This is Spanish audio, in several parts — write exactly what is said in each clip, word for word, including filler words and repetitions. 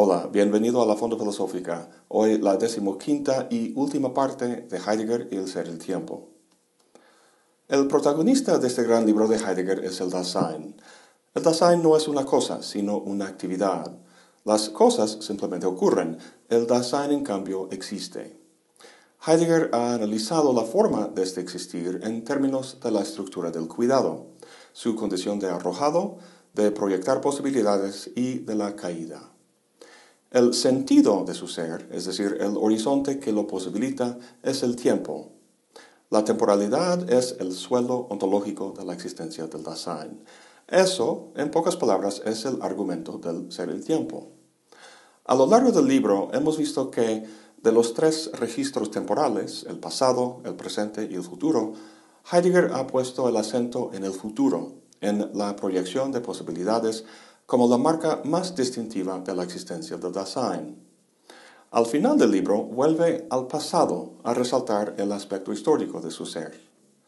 Hola, bienvenido a la Fonda Filosófica. Hoy la decimoquinta y última parte de Heidegger y el ser y el tiempo. El protagonista de este gran libro de Heidegger es el Dasein. El Dasein no es una cosa, sino una actividad. Las cosas simplemente ocurren, el Dasein en cambio existe. Heidegger ha analizado la forma de este existir en términos de la estructura del cuidado, su condición de arrojado, de proyectar posibilidades y de la caída. El sentido de su ser, es decir, el horizonte que lo posibilita, es el tiempo. La temporalidad es el suelo ontológico de la existencia del Dasein. Eso, en pocas palabras, es el argumento del ser y el tiempo. A lo largo del libro hemos visto que de los tres registros temporales, el pasado, el presente y el futuro, Heidegger ha puesto el acento en el futuro, en la proyección de posibilidades como la marca más distintiva de la existencia del Dasein. Al final del libro vuelve al pasado a resaltar el aspecto histórico de su ser.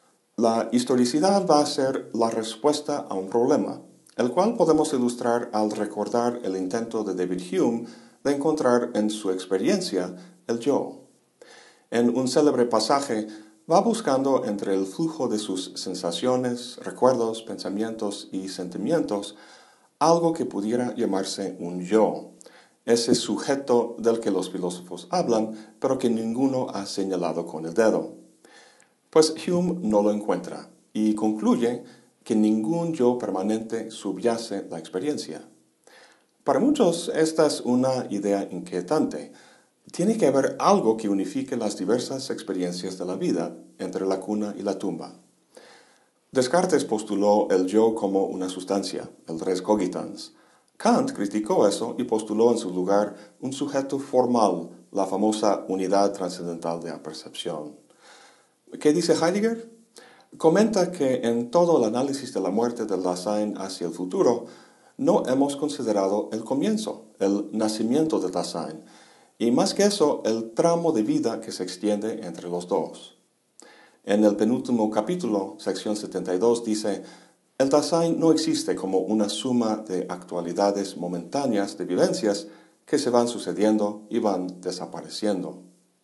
La historicidad va a ser la respuesta a un problema, el cual podemos ilustrar al recordar el intento de David Hume de encontrar en su experiencia el yo. En un célebre pasaje va buscando entre el flujo de sus sensaciones, recuerdos, pensamientos y sentimientos algo que pudiera llamarse un yo, ese sujeto del que los filósofos hablan, pero que ninguno ha señalado con el dedo. Pues Hume no lo encuentra y concluye que ningún yo permanente subyace la experiencia. Para muchos esta es una idea inquietante. Tiene que haber algo que unifique las diversas experiencias de la vida entre la cuna y la tumba. Descartes postuló el yo como una sustancia, el res cogitans. Kant criticó eso y postuló en su lugar un sujeto formal, la famosa unidad trascendental de la percepción. ¿Qué dice Heidegger? Comenta que en todo el análisis de la muerte del Dasein hacia el futuro, no hemos considerado el comienzo, el nacimiento del Dasein, y más que eso, el tramo de vida que se extiende entre los dos. En el penúltimo capítulo, sección setenta y dos, dice: el Dasein no existe como una suma de actualidades momentáneas de vivencias que se van sucediendo y van desapareciendo.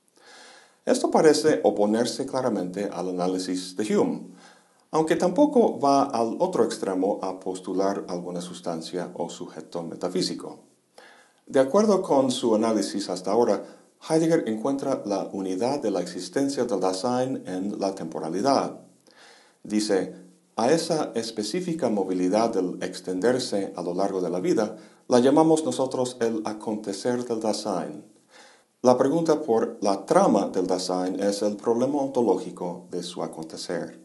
Esto parece oponerse claramente al análisis de Hume, aunque tampoco va al otro extremo a postular alguna sustancia o sujeto metafísico. De acuerdo con su análisis hasta ahora, Heidegger encuentra la unidad de la existencia del Dasein en la temporalidad. Dice: a esa específica movilidad del extenderse a lo largo de la vida, la llamamos nosotros el acontecer del Dasein. La pregunta por la trama del Dasein es el problema ontológico de su acontecer.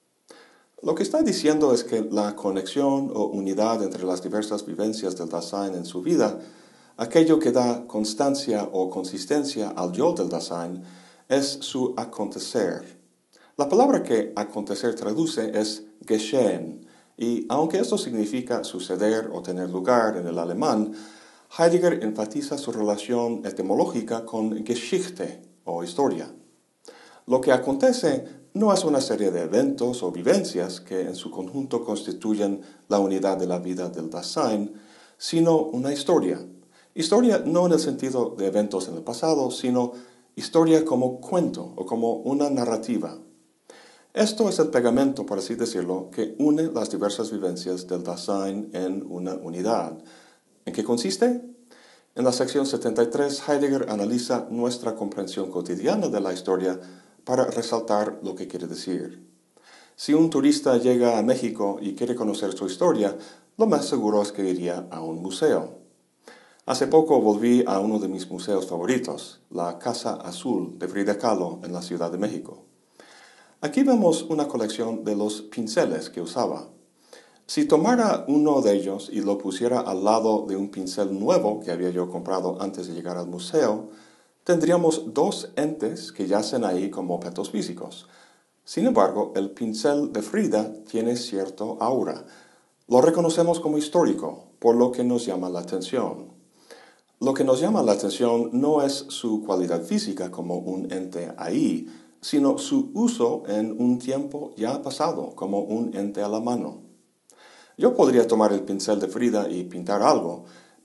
Lo que está diciendo es que la conexión o unidad entre las diversas vivencias del Dasein en su vida, aquello que da constancia o consistencia al yo del Dasein, es su acontecer. La palabra que acontecer traduce es geschehen, y aunque esto significa suceder o tener lugar en el alemán, Heidegger enfatiza su relación etimológica con Geschichte o historia. Lo que acontece no es una serie de eventos o vivencias que en su conjunto constituyen la unidad de la vida del Dasein, sino una historia. Historia no en el sentido de eventos en el pasado, sino historia como cuento o como una narrativa. Esto es el pegamento, por así decirlo, que une las diversas vivencias del Dasein en una unidad. ¿En qué consiste? En la sección setenta y tres, Heidegger analiza nuestra comprensión cotidiana de la historia para resaltar lo que quiere decir. Si un turista llega a México y quiere conocer su historia, lo más seguro es que iría a un museo. Hace poco volví a uno de mis museos favoritos, la Casa Azul de Frida Kahlo en la Ciudad de México. Aquí vemos una colección de los pinceles que usaba. Si tomara uno de ellos y lo pusiera al lado de un pincel nuevo que había yo comprado antes de llegar al museo, tendríamos dos entes que yacen ahí como objetos físicos. Sin embargo, el pincel de Frida tiene cierto aura. Lo reconocemos como histórico, por lo que nos llama la atención. Lo que nos llama la atención no es su cualidad física como un ente ahí, sino su uso en un tiempo ya pasado como un ente a la mano. Yo podría tomar el pincel de Frida y pintar algo,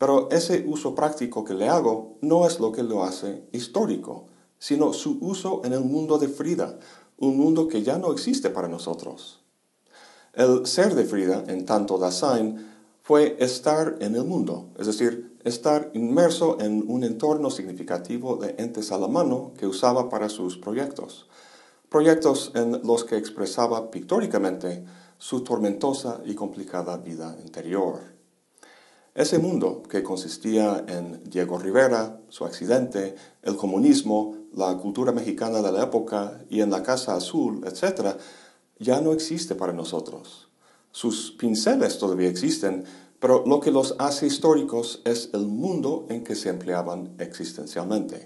Pero ese uso práctico que le hago no es lo que lo hace histórico, sino su uso en el mundo de Frida, un mundo que ya no existe para nosotros. El ser de Frida, en tanto Dasein, fue estar en el mundo, es decir, estar inmerso en un entorno significativo de entes a la mano que usaba para sus proyectos. Proyectos en los que expresaba pictóricamente su tormentosa y complicada vida interior. Ese mundo, que consistía en Diego Rivera, su accidente, el comunismo, la cultura mexicana de la época y en la Casa Azul, etcétera, ya no existe para nosotros. Sus pinceles todavía existen, pero lo que los hace históricos es el mundo en que se empleaban existencialmente.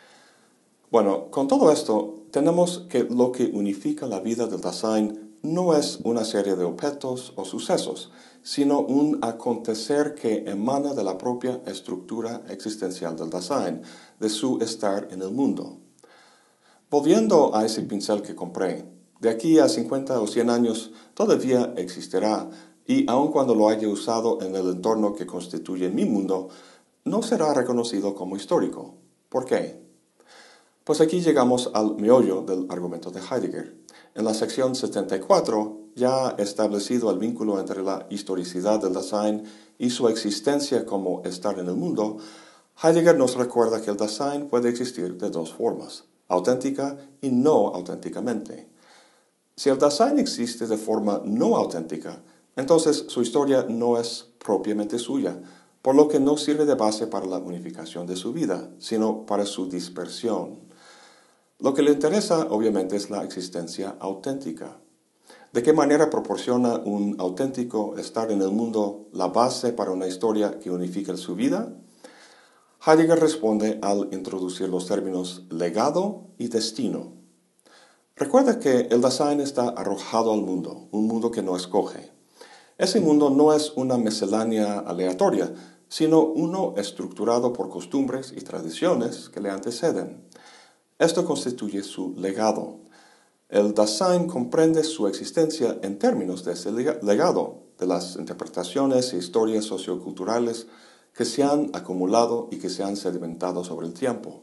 Bueno, con todo esto, tenemos que lo que unifica la vida del Dasein no es una serie de objetos o sucesos, sino un acontecer que emana de la propia estructura existencial del Dasein, de su estar en el mundo. Volviendo a ese pincel que compré, de aquí a cincuenta o cien años todavía existirá, y aun cuando lo haya usado en el entorno que constituye mi mundo, no será reconocido como histórico. ¿Por qué? Pues aquí llegamos al meollo del argumento de Heidegger. En la sección setenta y cuatro, ya establecido el vínculo entre la historicidad del Dasein y su existencia como estar en el mundo, Heidegger nos recuerda que el Dasein puede existir de dos formas, auténtica y no auténticamente. Si el Dasein existe de forma no auténtica, entonces su historia no es propiamente suya, por lo que no sirve de base para la unificación de su vida, sino para su dispersión. Lo que le interesa, obviamente, es la existencia auténtica. ¿De qué manera proporciona un auténtico estar en el mundo la base para una historia que unifique su vida? Heidegger responde al introducir los términos legado y destino. Recuerda que el Dasein está arrojado al mundo, un mundo que no escoge. Ese mundo no es una miscelánea aleatoria, sino uno estructurado por costumbres y tradiciones que le anteceden. Esto constituye su legado. El Dasein comprende su existencia en términos de ese legado, de las interpretaciones e historias socioculturales que se han acumulado y que se han sedimentado sobre el tiempo.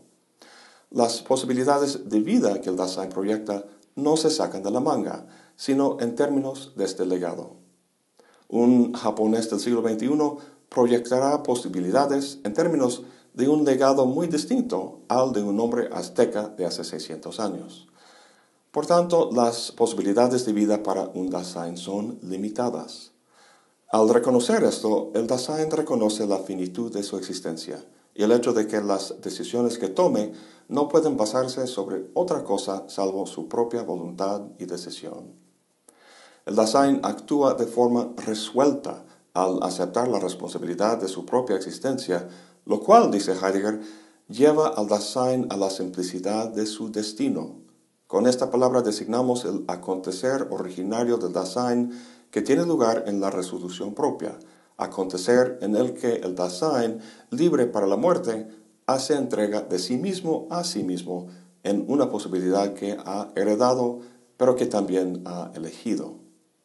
Las posibilidades de vida que el Dasein proyecta no se sacan de la manga, sino en términos de este legado. Un japonés del siglo veintiuno proyectará posibilidades en términos de un legado muy distinto al de un hombre azteca de hace seiscientos años. Por tanto, las posibilidades de vida para un Dasein son limitadas. Al reconocer esto, el Dasein reconoce la finitud de su existencia y el hecho de que las decisiones que tome no pueden basarse sobre otra cosa salvo su propia voluntad y decisión. El Dasein actúa de forma resuelta al aceptar la responsabilidad de su propia existencia, lo cual, dice Heidegger, lleva al Dasein a la simplicidad de su destino. Con esta palabra designamos el acontecer originario del Dasein que tiene lugar en la resolución propia, acontecer en el que el Dasein, libre para la muerte, hace entrega de sí mismo a sí mismo en una posibilidad que ha heredado, pero que también ha elegido.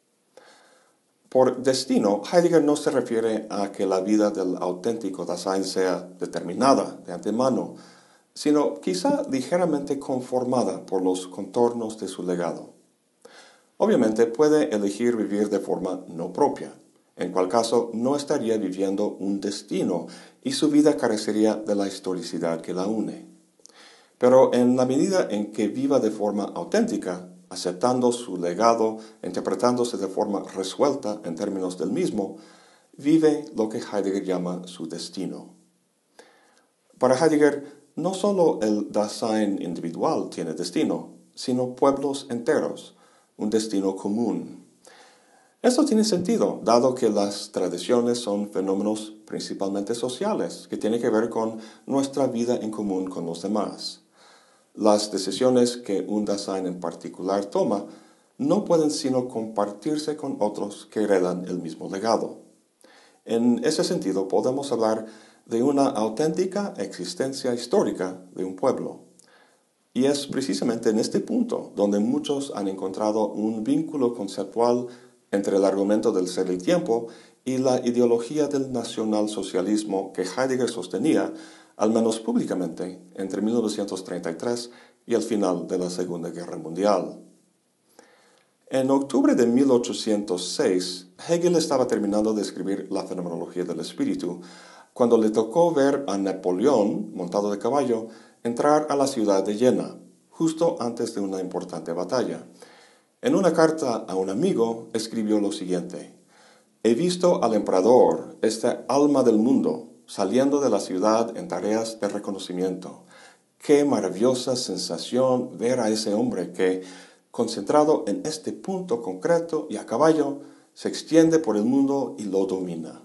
Por destino, Heidegger no se refiere a que la vida del auténtico Dasein sea determinada de antemano, sino quizá ligeramente conformada por los contornos de su legado. Obviamente puede elegir vivir de forma no propia, en cual caso no estaría viviendo un destino y su vida carecería de la historicidad que la une. Pero en la medida en que viva de forma auténtica, aceptando su legado, interpretándose de forma resuelta en términos del mismo, vive lo que Heidegger llama su destino. Para Heidegger, no solo el Dasein individual tiene destino, sino pueblos enteros, un destino común. Esto tiene sentido, dado que las tradiciones son fenómenos principalmente sociales, que tienen que ver con nuestra vida en común con los demás. Las decisiones que un Dasein en particular toma no pueden sino compartirse con otros que heredan el mismo legado. En ese sentido, podemos hablar de una auténtica existencia histórica de un pueblo. Y es precisamente en este punto donde muchos han encontrado un vínculo conceptual entre el argumento del ser y tiempo y la ideología del nacionalsocialismo que Heidegger sostenía, al menos públicamente, entre mil novecientos treinta y tres y el final de la Segunda Guerra Mundial. En octubre de mil ochocientos seis, Hegel estaba terminando de escribir La fenomenología del espíritu, cuando le tocó ver a Napoleón, montado de caballo, entrar a la ciudad de Jena, justo antes de una importante batalla. En una carta a un amigo escribió lo siguiente: «He visto al emperador, esta alma del mundo, saliendo de la ciudad en tareas de reconocimiento. Qué maravillosa sensación ver a ese hombre que, concentrado en este punto concreto y a caballo, se extiende por el mundo y lo domina».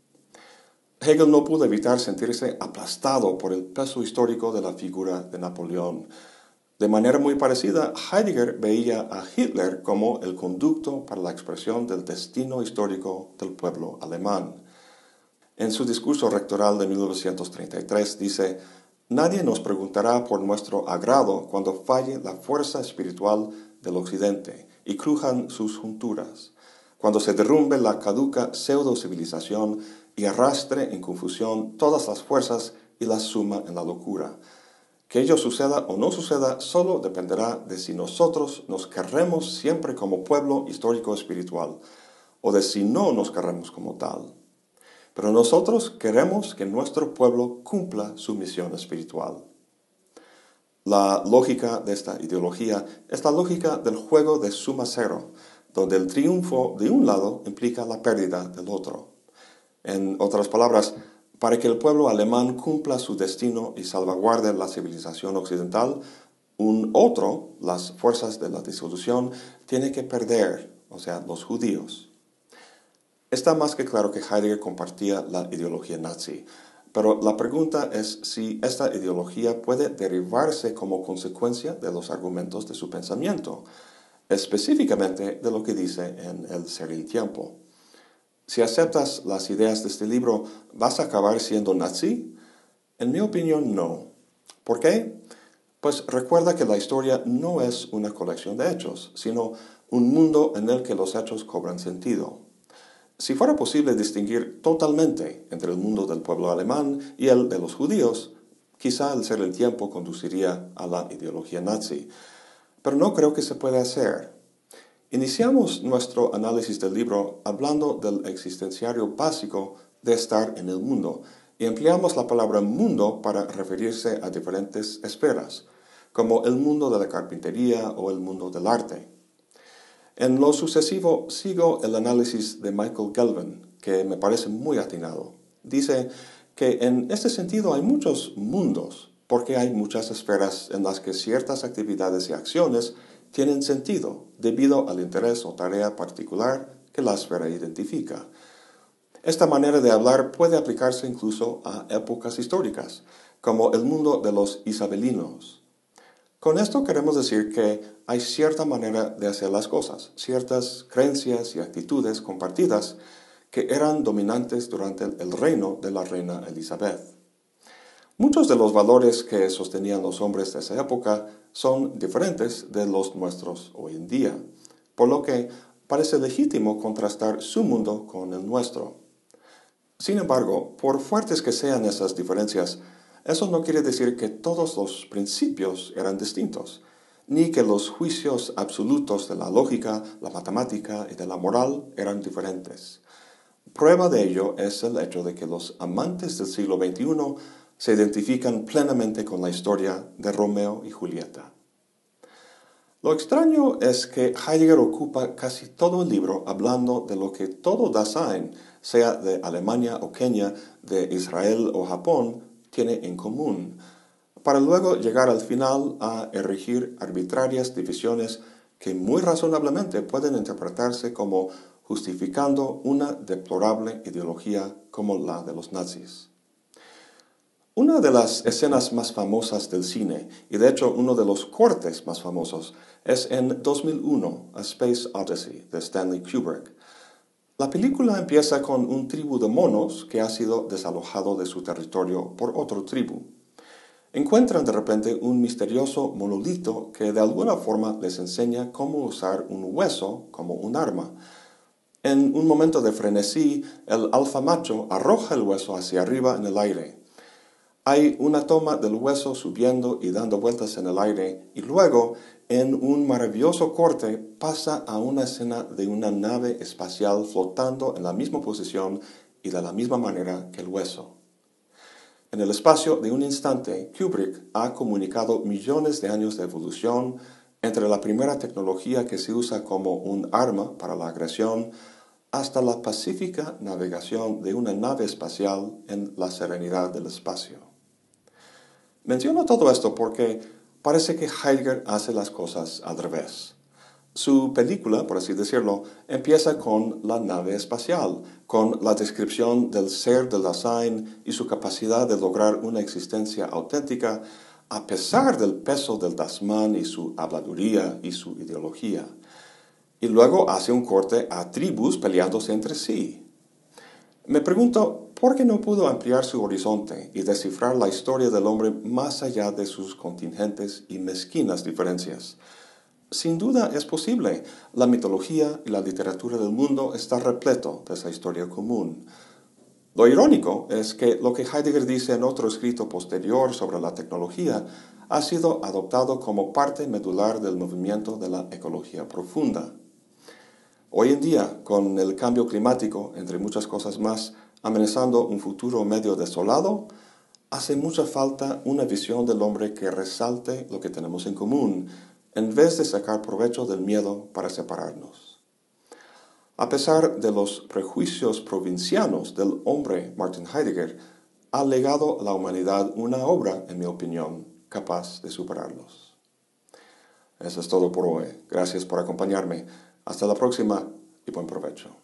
Hegel no pudo evitar sentirse aplastado por el peso histórico de la figura de Napoleón. De manera muy parecida, Heidegger veía a Hitler como el conducto para la expresión del destino histórico del pueblo alemán. En su discurso rectoral de mil novecientos treinta y tres dice: «Nadie nos preguntará por nuestro agrado cuando falle la fuerza espiritual del Occidente y crujan sus junturas, cuando se derrumbe la caduca pseudo-civilización y arrastre en confusión todas las fuerzas y las suma en la locura. Que ello suceda o no suceda solo dependerá de si nosotros nos querremos siempre como pueblo histórico espiritual, o de si no nos querremos como tal. Pero nosotros queremos que nuestro pueblo cumpla su misión espiritual». La lógica de esta ideología es la lógica del juego de suma cero, donde el triunfo de un lado implica la pérdida del otro. En otras palabras, para que el pueblo alemán cumpla su destino y salvaguarde la civilización occidental, un otro, las fuerzas de la disolución, tiene que perder, o sea, los judíos. Está más que claro que Heidegger compartía la ideología nazi, pero la pregunta es si esta ideología puede derivarse como consecuencia de los argumentos de su pensamiento, específicamente de lo que dice en El ser y el tiempo. Si aceptas las ideas de este libro, ¿vas a acabar siendo nazi? En mi opinión, no. ¿Por qué? Pues recuerda que la historia no es una colección de hechos, sino un mundo en el que los hechos cobran sentido. Si fuera posible distinguir totalmente entre el mundo del pueblo alemán y el de los judíos, quizá el ser y el tiempo conduciría a la ideología nazi. Pero no creo que se pueda hacer. Iniciamos nuestro análisis del libro hablando del existenciario básico de estar en el mundo y empleamos la palabra mundo para referirse a diferentes esferas, como el mundo de la carpintería o el mundo del arte. En lo sucesivo sigo el análisis de Michael Gelvin, que me parece muy atinado. Dice que en este sentido hay muchos mundos, porque hay muchas esferas en las que ciertas actividades y acciones tienen sentido debido al interés o tarea particular que la esfera identifica. Esta manera de hablar puede aplicarse incluso a épocas históricas, como el mundo de los isabelinos. Con esto queremos decir que hay cierta manera de hacer las cosas, ciertas creencias y actitudes compartidas que eran dominantes durante el reino de la reina Elizabeth. Muchos de los valores que sostenían los hombres de esa época son diferentes de los nuestros hoy en día, por lo que parece legítimo contrastar su mundo con el nuestro. Sin embargo, por fuertes que sean esas diferencias, eso no quiere decir que todos los principios eran distintos, ni que los juicios absolutos de la lógica, la matemática y de la moral eran diferentes. Prueba de ello es el hecho de que los amantes del siglo veintiuno se identifican plenamente con la historia de Romeo y Julieta. Lo extraño es que Heidegger ocupa casi todo el libro hablando de lo que todo Dasein, sea de Alemania o Kenia, de Israel o Japón, tiene en común, para luego llegar al final a erigir arbitrarias divisiones que muy razonablemente pueden interpretarse como justificando una deplorable ideología como la de los nazis. Una de las escenas más famosas del cine, y de hecho uno de los cortes más famosos, es en dos mil uno, A Space Odyssey, de Stanley Kubrick. La película empieza con un tribu de monos que ha sido desalojado de su territorio por otro tribu. Encuentran de repente un misterioso monolito que de alguna forma les enseña cómo usar un hueso como un arma. En un momento de frenesí, el alfa macho arroja el hueso hacia arriba en el aire. Hay una toma del hueso subiendo y dando vueltas en el aire, y luego, en un maravilloso corte, pasa a una escena de una nave espacial flotando en la misma posición y de la misma manera que el hueso. En el espacio de un instante, Kubrick ha comunicado millones de años de evolución entre la primera tecnología que se usa como un arma para la agresión hasta la pacífica navegación de una nave espacial en la serenidad del espacio. Menciono todo esto porque parece que Heidegger hace las cosas al revés. Su película, por así decirlo, empieza con la nave espacial, con la descripción del ser del Dasein y su capacidad de lograr una existencia auténtica a pesar del peso del Dasman y su habladuría y su ideología. Y luego hace un corte a tribus peleándose entre sí. Me pregunto, ¿por qué no pudo ampliar su horizonte y descifrar la historia del hombre más allá de sus contingentes y mezquinas diferencias? Sin duda es posible. La mitología y la literatura del mundo está repleto de esa historia común. Lo irónico es que lo que Heidegger dice en otro escrito posterior sobre la tecnología ha sido adoptado como parte medular del movimiento de la ecología profunda. Hoy en día, con el cambio climático, entre muchas cosas más, amenazando un futuro medio desolado, hace mucha falta una visión del hombre que resalte lo que tenemos en común, en vez de sacar provecho del miedo para separarnos. A pesar de los prejuicios provincianos del hombre Martin Heidegger, ha legado a la humanidad una obra, en mi opinión, capaz de superarlos. Eso es todo por hoy. Gracias por acompañarme. Hasta la próxima y buen provecho.